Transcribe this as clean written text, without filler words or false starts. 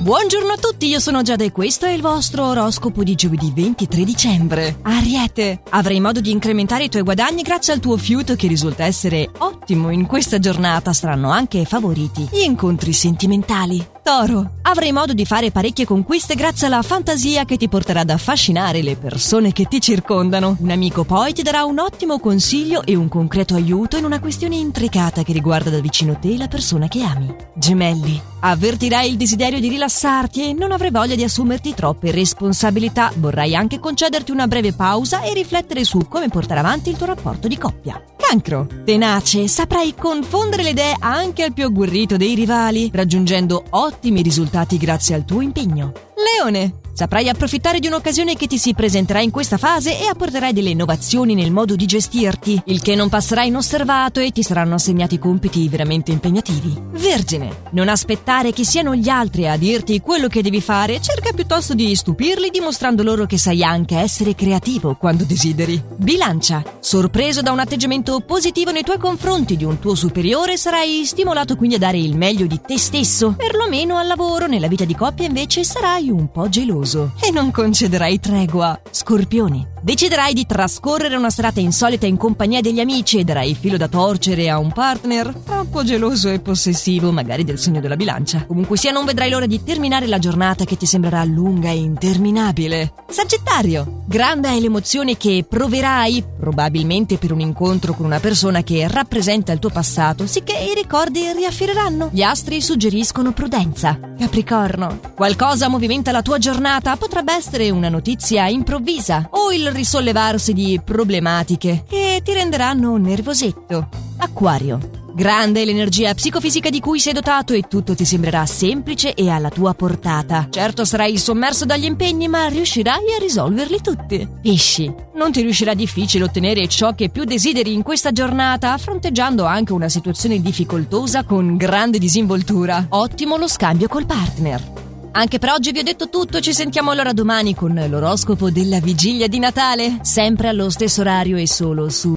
Buongiorno a tutti, io sono Giada e questo è il vostro oroscopo di giovedì 23 dicembre. Ariete, avrai modo di incrementare i tuoi guadagni grazie al tuo fiuto che risulta essere ottimo in questa giornata. Saranno anche favoriti gli incontri sentimentali. Toro, avrai modo di fare parecchie conquiste grazie alla fantasia che ti porterà ad affascinare le persone che ti circondano. Un amico poi ti darà un ottimo consiglio e un concreto aiuto in una questione intricata che riguarda da vicino te la persona che ami. Gemelli, avvertirai il desiderio di rilassarti e non avrai voglia di assumerti troppe responsabilità. Vorrai anche concederti una breve pausa e riflettere su come portare avanti il tuo rapporto di coppia. Cancro, tenace, saprai confondere le idee anche al più agguerrito dei rivali, raggiungendo ottimi risultati grazie al tuo impegno. Leone, saprai approfittare di un'occasione che ti si presenterà in questa fase e apporterai delle innovazioni nel modo di gestirti, il che non passerà inosservato e ti saranno assegnati compiti veramente impegnativi. Vergine, non aspettare che siano gli altri a dirti quello che devi fare, cerca piuttosto di stupirli dimostrando loro che sai anche essere creativo quando desideri. Bilancia, sorpreso da un atteggiamento positivo nei tuoi confronti di un tuo superiore, sarai stimolato quindi a dare il meglio di te stesso, perlomeno al lavoro. Nella vita di coppia invece sarai un po' geloso e non concederai tregua. Scorpione, deciderai di trascorrere una serata insolita in compagnia degli amici e darai filo da torcere a un partner troppo geloso e possessivo, magari del segno della bilancia. Comunque sia, non vedrai l'ora di terminare la giornata che ti sembrerà lunga e interminabile. Sagittario, grande è l'emozione che proverai, probabilmente per un incontro con una persona che rappresenta il tuo passato, sicché i ricordi riaffireranno. Gli astri suggeriscono prudenza. Capricorno, qualcosa movimenta la tua giornata, potrebbe essere una notizia improvvisa o il risollevarsi di problematiche che ti renderanno un nervosetto. Acquario, grande è l'energia psicofisica di cui sei dotato e tutto ti sembrerà semplice e alla tua portata. Certo sarai sommerso dagli impegni, ma riuscirai a risolverli tutti. Pesci, non ti riuscirà difficile ottenere ciò che più desideri in questa giornata, fronteggiando anche una situazione difficoltosa con grande disinvoltura. Ottimo lo scambio col partner. Anche per oggi vi ho detto tutto, ci sentiamo allora domani con l'oroscopo della vigilia di Natale, sempre allo stesso orario e solo su